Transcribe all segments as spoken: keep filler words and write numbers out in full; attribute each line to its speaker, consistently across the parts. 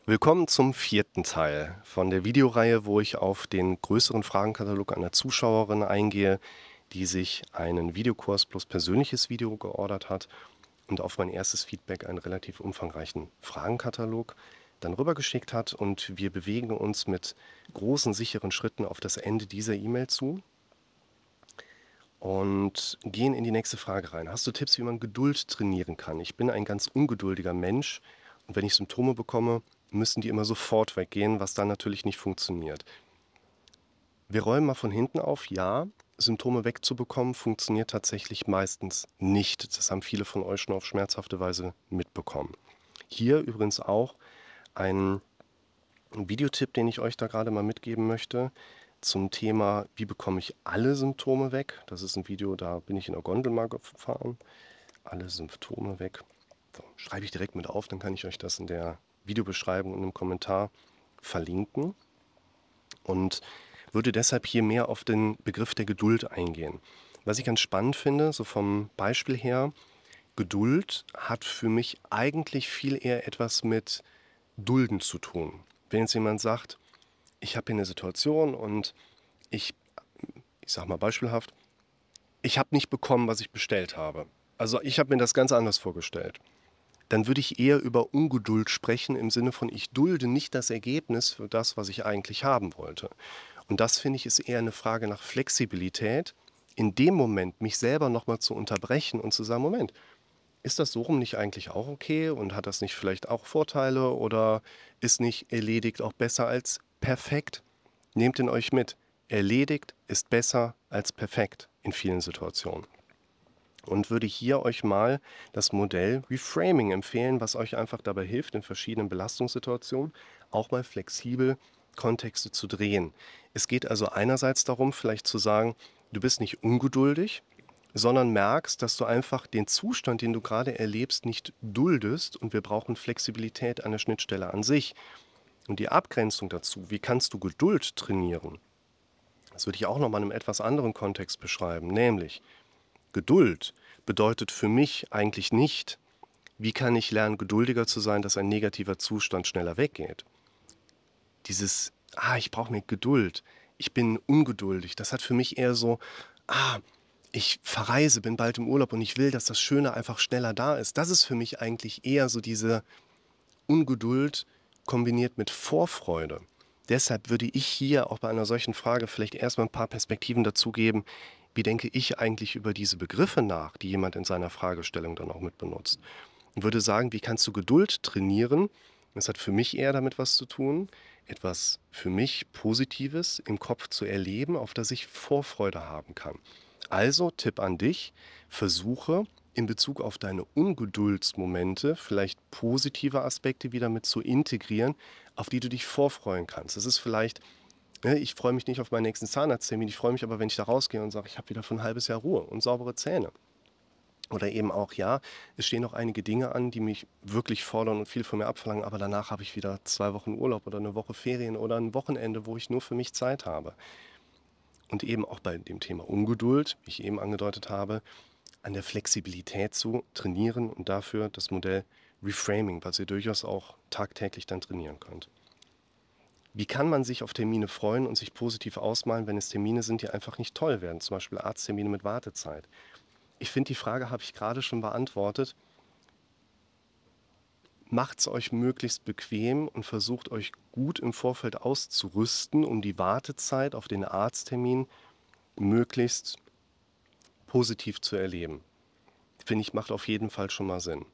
Speaker 1: Willkommen zum vierten Teil von der Videoreihe, wo ich auf den größeren Fragenkatalog einer Zuschauerin eingehe, die sich einen Videokurs plus persönliches Video geordert hat und auf mein erstes Feedback einen relativ umfangreichen Fragenkatalog dann rübergeschickt hat. Und wir bewegen uns mit großen, sicheren Schritten auf das Ende dieser E-Mail zu und gehen in die nächste Frage rein. Hast du Tipps, wie man Geduld trainieren kann? Ich bin ein ganz ungeduldiger Mensch und wenn ich Symptome bekomme, müssen die immer sofort weggehen, was dann natürlich nicht funktioniert. Wir räumen mal von hinten auf. Ja, Symptome wegzubekommen funktioniert tatsächlich meistens nicht. Das haben viele von euch schon auf schmerzhafte Weise mitbekommen. Hier übrigens auch ein Videotipp, den ich euch da gerade mal mitgeben möchte zum Thema, wie bekomme ich alle Symptome weg. Das ist ein Video, da bin ich in der Gondel mal gefahren. Alle Symptome weg. So, schreibe ich direkt mit auf, dann kann ich euch das in der Videobeschreibung und im Kommentar verlinken. Und würde deshalb hier mehr auf den Begriff der Geduld eingehen. Was ich ganz spannend finde, so vom Beispiel her, Geduld hat für mich eigentlich viel eher etwas mit Dulden zu tun. Wenn jetzt jemand sagt, ich habe hier eine Situation und ich, ich sage mal beispielhaft, ich habe nicht bekommen, was ich bestellt habe. Also ich habe mir das ganz anders vorgestellt. Dann würde ich eher über Ungeduld sprechen im Sinne von, ich dulde nicht das Ergebnis für das, was ich eigentlich haben wollte. Und das, finde ich, ist eher eine Frage nach Flexibilität, in dem Moment mich selber nochmal zu unterbrechen und zu sagen, Moment, ist das so rum nicht eigentlich auch okay und hat das nicht vielleicht auch Vorteile oder ist nicht erledigt auch besser als perfekt? Nehmt ihn euch mit. Erledigt ist besser als perfekt in vielen Situationen. Und würde hier euch mal das Modell Reframing empfehlen, was euch einfach dabei hilft, in verschiedenen Belastungssituationen auch mal flexibel Kontexte zu drehen. Es geht also einerseits darum, vielleicht zu sagen, du bist nicht ungeduldig, sondern merkst, dass du einfach den Zustand, den du gerade erlebst, nicht duldest und wir brauchen Flexibilität an der Schnittstelle an sich. Und die Abgrenzung dazu, wie kannst du Geduld trainieren? Das würde ich auch nochmal in einem etwas anderen Kontext beschreiben, nämlich Geduld bedeutet für mich eigentlich nicht, wie kann ich lernen, geduldiger zu sein, dass ein negativer Zustand schneller weggeht. Dieses, ah, ich brauche mehr Geduld, ich bin ungeduldig, das hat für mich eher so, ah, ich verreise, bin bald im Urlaub und ich will, dass das Schöne einfach schneller da ist. Das ist für mich eigentlich eher so diese Ungeduld kombiniert mit Vorfreude. Deshalb würde ich hier auch bei einer solchen Frage vielleicht erstmal ein paar Perspektiven dazu geben, wie denke ich eigentlich über diese Begriffe nach, die jemand in seiner Fragestellung dann auch mit benutzt. Und würde sagen, wie kannst du Geduld trainieren? Das hat für mich eher damit was zu tun, etwas für mich Positives im Kopf zu erleben, auf das ich Vorfreude haben kann. Also Tipp an dich, versuche in Bezug auf deine Ungeduldsmomente vielleicht positive Aspekte wieder mit zu integrieren, auf die du dich vorfreuen kannst. Das ist vielleicht, ne, ich freue mich nicht auf meinen nächsten Zahnarzttermin, ich freue mich aber, wenn ich da rausgehe und sage, ich habe wieder für ein halbes Jahr Ruhe und saubere Zähne. Oder eben auch, ja, es stehen noch einige Dinge an, die mich wirklich fordern und viel von mir abverlangen, aber danach habe ich wieder zwei Wochen Urlaub oder eine Woche Ferien oder ein Wochenende, wo ich nur für mich Zeit habe. Und eben auch bei dem Thema Ungeduld, wie ich eben angedeutet habe, an der Flexibilität zu trainieren und dafür das Modell Reframing, was ihr durchaus auch tagtäglich dann trainieren könnt. Wie kann man sich auf Termine freuen und sich positiv ausmalen, wenn es Termine sind, die einfach nicht toll werden, zum Beispiel Arzttermine mit Wartezeit? Ich finde, die Frage habe ich gerade schon beantwortet. Macht es euch möglichst bequem und versucht euch gut im Vorfeld auszurüsten, um die Wartezeit auf den Arzttermin möglichst positiv zu erleben. Finde ich, macht auf jeden Fall schon mal Sinn.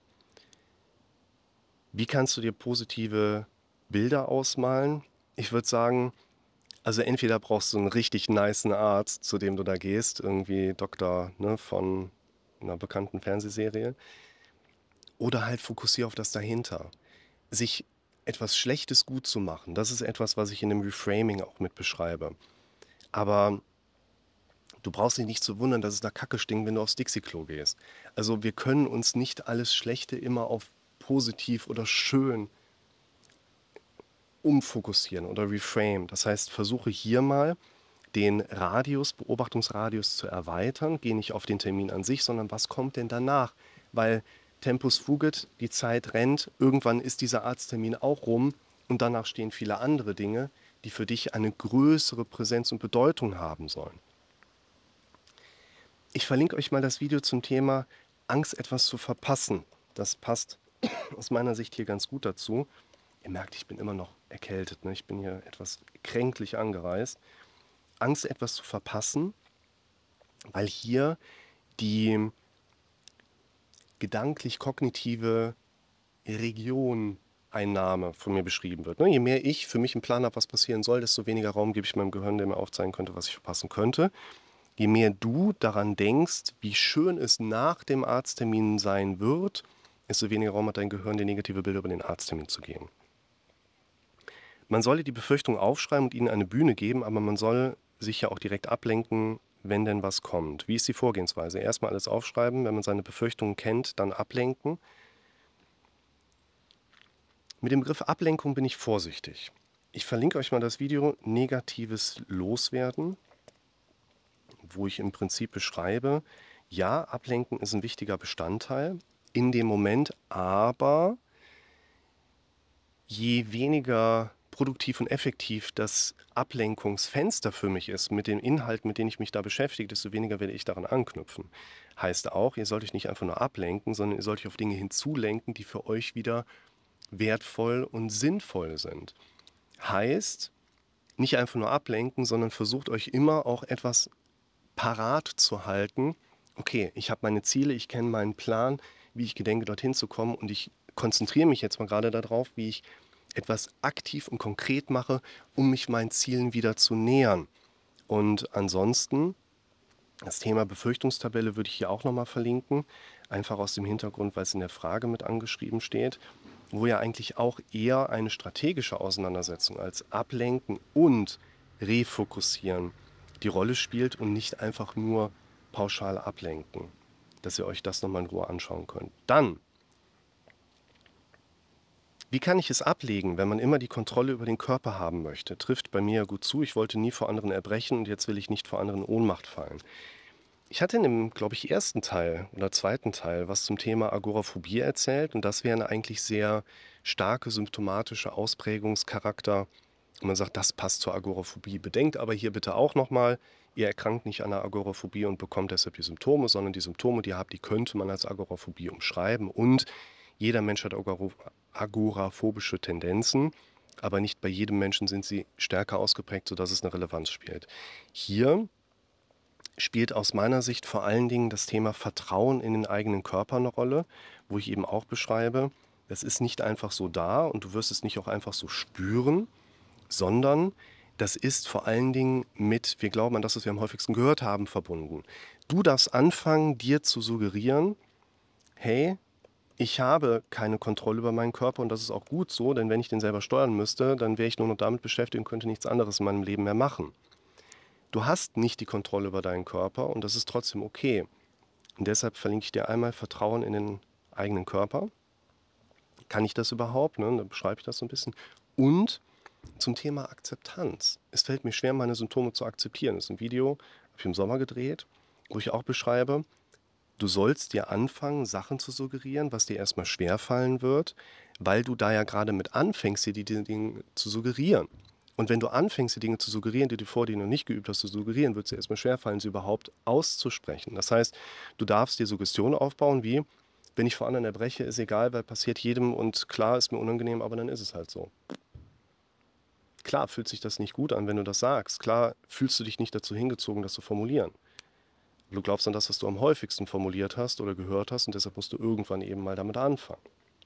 Speaker 1: Wie kannst du dir positive Bilder ausmalen? Ich würde sagen, also entweder brauchst du einen richtig nicen Arzt, zu dem du da gehst, irgendwie Doktor, ne, von einer bekannten Fernsehserie, oder halt fokussier auf das dahinter. Sich etwas Schlechtes gut zu machen, das ist etwas, was ich in dem Reframing auch mit beschreibe. Aber du brauchst dich nicht zu wundern, dass es nach Kacke stinkt, wenn du aufs Dixie-Klo gehst. Also wir können uns nicht alles Schlechte immer auf positiv oder schön umfokussieren oder reframe. Das heißt, versuche hier mal den Radius, Beobachtungsradius zu erweitern. Geh nicht auf den Termin an sich, sondern was kommt denn danach? Weil Tempus fugit, die Zeit rennt, irgendwann ist dieser Arzttermin auch rum und danach stehen viele andere Dinge, die für dich eine größere Präsenz und Bedeutung haben sollen. Ich verlinke euch mal das Video zum Thema Angst, etwas zu verpassen. Das passt aus meiner Sicht hier ganz gut dazu. Ihr merkt, ich bin immer noch erkältet, ne? Ich bin hier etwas kränklich angereist. Angst, etwas zu verpassen, weil hier die gedanklich-kognitive Regioneinnahme von mir beschrieben wird. Ne? Je mehr ich für mich einen Plan habe, was passieren soll, desto weniger Raum gebe ich meinem Gehirn, der mir aufzeigen könnte, was ich verpassen könnte. Je mehr du daran denkst, wie schön es nach dem Arzttermin sein wird, desto weniger Raum hat dein Gehirn, dir negative Bilder über den Arzttermin zu geben. Man solle die Befürchtung aufschreiben und ihnen eine Bühne geben, aber man soll sich ja auch direkt ablenken, wenn denn was kommt. Wie ist die Vorgehensweise? Erstmal alles aufschreiben, wenn man seine Befürchtungen kennt, dann ablenken. Mit dem Begriff Ablenkung bin ich vorsichtig. Ich verlinke euch mal das Video Negatives Loswerden, wo ich im Prinzip beschreibe, ja, Ablenken ist ein wichtiger Bestandteil in dem Moment, aber je weniger produktiv und effektiv das Ablenkungsfenster für mich ist, mit dem Inhalt, mit dem ich mich da beschäftige, desto weniger werde ich daran anknüpfen. Heißt auch, ihr sollt euch nicht einfach nur ablenken, sondern ihr sollt euch auf Dinge hinzulenken, die für euch wieder wertvoll und sinnvoll sind. Heißt, nicht einfach nur ablenken, sondern versucht euch immer auch etwas parat zu halten. Okay, ich habe meine Ziele, ich kenne meinen Plan, wie ich gedenke, dorthin zu kommen und ich konzentriere mich jetzt mal gerade darauf, wie ich etwas aktiv und konkret mache, um mich meinen Zielen wieder zu nähern. Und ansonsten, das Thema Befürchtungstabelle würde ich hier auch nochmal verlinken, einfach aus dem Hintergrund, weil es in der Frage mit angeschrieben steht, wo ja eigentlich auch eher eine strategische Auseinandersetzung als Ablenken und Refokussieren die Rolle spielt und nicht einfach nur pauschal ablenken, dass ihr euch das nochmal in Ruhe anschauen könnt. Dann, wie kann ich es ablegen, wenn man immer die Kontrolle über den Körper haben möchte? Trifft bei mir ja gut zu. Ich wollte nie vor anderen erbrechen und jetzt will ich nicht vor anderen in Ohnmacht fallen. Ich hatte in dem, glaube ich, ersten Teil oder zweiten Teil was zum Thema Agoraphobie erzählt und das wäre eine eigentlich sehr starke symptomatische Ausprägungscharakter. Und man sagt, das passt zur Agoraphobie. Bedenkt aber hier bitte auch nochmal, ihr erkrankt nicht an der Agoraphobie und bekommt deshalb die Symptome, sondern die Symptome, die ihr habt, die könnte man als Agoraphobie umschreiben und jeder Mensch hat agoraphobische Tendenzen, aber nicht bei jedem Menschen sind sie stärker ausgeprägt, sodass es eine Relevanz spielt. Hier spielt aus meiner Sicht vor allen Dingen das Thema Vertrauen in den eigenen Körper eine Rolle, wo ich eben auch beschreibe, das ist nicht einfach so da und du wirst es nicht auch einfach so spüren, sondern das ist vor allen Dingen mit, wir glauben an das, was wir am häufigsten gehört haben, verbunden. Du darfst anfangen, dir zu suggerieren, hey, ich habe keine Kontrolle über meinen Körper und das ist auch gut so, denn wenn ich den selber steuern müsste, dann wäre ich nur noch damit beschäftigt und könnte nichts anderes in meinem Leben mehr machen. Du hast nicht die Kontrolle über deinen Körper und das ist trotzdem okay. Und deshalb verlinke ich dir einmal Vertrauen in den eigenen Körper. Kann ich das überhaupt? Ne? Dann beschreibe ich das so ein bisschen. Und zum Thema Akzeptanz. Es fällt mir schwer, meine Symptome zu akzeptieren. Das ist ein Video, habe ich im Sommer gedreht, wo ich auch beschreibe, du sollst dir anfangen, Sachen zu suggerieren, was dir erstmal schwerfallen wird, weil du da ja gerade mit anfängst, dir die Dinge zu suggerieren. Und wenn du anfängst, die Dinge zu suggerieren, die du vor dir noch nicht geübt hast zu suggerieren, wird es dir erstmal schwerfallen, sie überhaupt auszusprechen. Das heißt, du darfst dir Suggestionen aufbauen, wie, wenn ich vor anderen erbreche, ist egal, weil passiert jedem und klar, ist mir unangenehm, aber dann ist es halt so. Klar fühlt sich das nicht gut an, wenn du das sagst. Klar fühlst du dich nicht dazu hingezogen, das zu formulieren. Du glaubst an das, was du am häufigsten formuliert hast oder gehört hast und deshalb musst du irgendwann eben mal damit anfangen.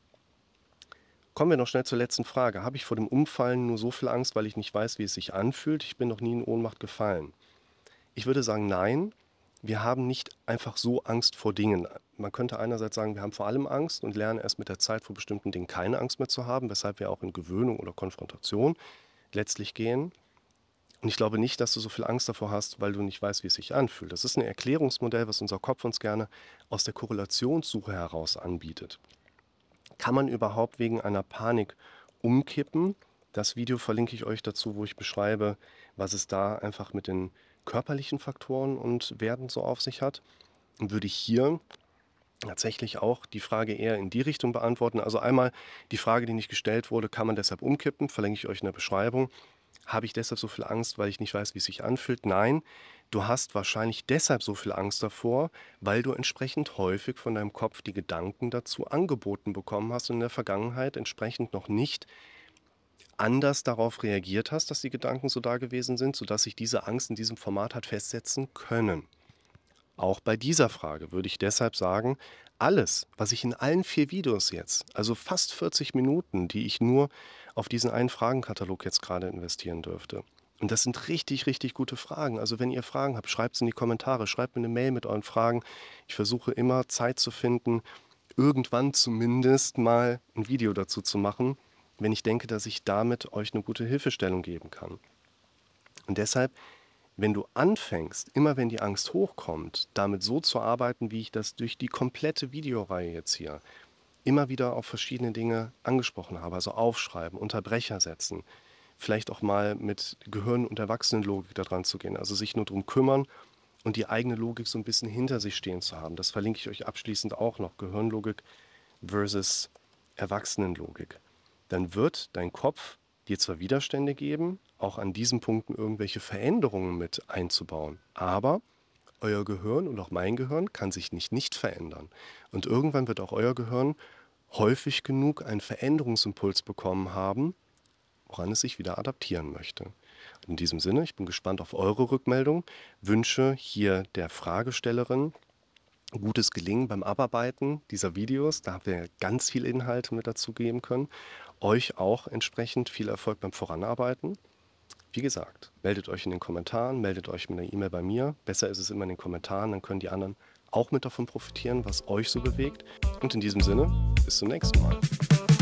Speaker 1: Kommen wir noch schnell zur letzten Frage. Habe ich vor dem Umfallen nur so viel Angst, weil ich nicht weiß, wie es sich anfühlt? Ich bin noch nie in Ohnmacht gefallen. Ich würde sagen, nein. Wir haben nicht einfach so Angst vor Dingen. Man könnte einerseits sagen, wir haben vor allem Angst und lernen erst mit der Zeit vor bestimmten Dingen keine Angst mehr zu haben, weshalb wir auch in Gewöhnung oder Konfrontation letztlich gehen. Und ich glaube nicht, dass du so viel Angst davor hast, weil du nicht weißt, wie es sich anfühlt. Das ist ein Erklärungsmodell, was unser Kopf uns gerne aus der Korrelationssuche heraus anbietet. Kann man überhaupt wegen einer Panik umkippen? Das Video verlinke ich euch dazu, wo ich beschreibe, was es da einfach mit den körperlichen Faktoren und Werten so auf sich hat. Und würde ich hier tatsächlich auch die Frage eher in die Richtung beantworten. Also einmal die Frage, die nicht gestellt wurde: „Kann man deshalb umkippen?“ Verlinke ich euch in der Beschreibung. Habe ich deshalb so viel Angst, weil ich nicht weiß, wie es sich anfühlt? Nein, du hast wahrscheinlich deshalb so viel Angst davor, weil du entsprechend häufig von deinem Kopf die Gedanken dazu angeboten bekommen hast und in der Vergangenheit entsprechend noch nicht anders darauf reagiert hast, dass die Gedanken so da gewesen sind, sodass sich diese Angst in diesem Format hat festsetzen können. Auch bei dieser Frage würde ich deshalb sagen, alles, was ich in allen vier Videos jetzt, also fast vierzig Minuten, die ich nur auf diesen einen Fragenkatalog jetzt gerade investieren dürfte. Und das sind richtig, richtig gute Fragen. Also wenn ihr Fragen habt, schreibt es in die Kommentare, schreibt mir eine Mail mit euren Fragen. Ich versuche immer Zeit zu finden, irgendwann zumindest mal ein Video dazu zu machen, wenn ich denke, dass ich damit euch eine gute Hilfestellung geben kann. Und deshalb, wenn du anfängst, immer wenn die Angst hochkommt, damit so zu arbeiten, wie ich das durch die komplette Videoreihe jetzt hier immer wieder auf verschiedene Dinge angesprochen habe, also aufschreiben, Unterbrecher setzen, vielleicht auch mal mit Gehirn- und Erwachsenenlogik da dran zu gehen, also sich nur drum kümmern und die eigene Logik so ein bisschen hinter sich stehen zu haben. Das verlinke ich euch abschließend auch noch, Gehirnlogik versus Erwachsenenlogik. Dann wird dein Kopf dir zwar Widerstände geben, auch an diesen Punkten irgendwelche Veränderungen mit einzubauen, aber euer Gehirn und auch mein Gehirn kann sich nicht nicht verändern. Und irgendwann wird auch euer Gehirn häufig genug einen Veränderungsimpuls bekommen haben, woran es sich wieder adaptieren möchte. Und in diesem Sinne, ich bin gespannt auf eure Rückmeldung, wünsche hier der Fragestellerin gutes Gelingen beim Abarbeiten dieser Videos. Da haben wir ganz viel Inhalte mit dazu geben können. Euch auch entsprechend viel Erfolg beim Voranarbeiten. Wie gesagt, meldet euch in den Kommentaren, meldet euch mit einer E-Mail bei mir. Besser ist es immer in den Kommentaren, dann können die anderen auch mit davon profitieren, was euch so bewegt. Und in diesem Sinne, bis zum nächsten Mal.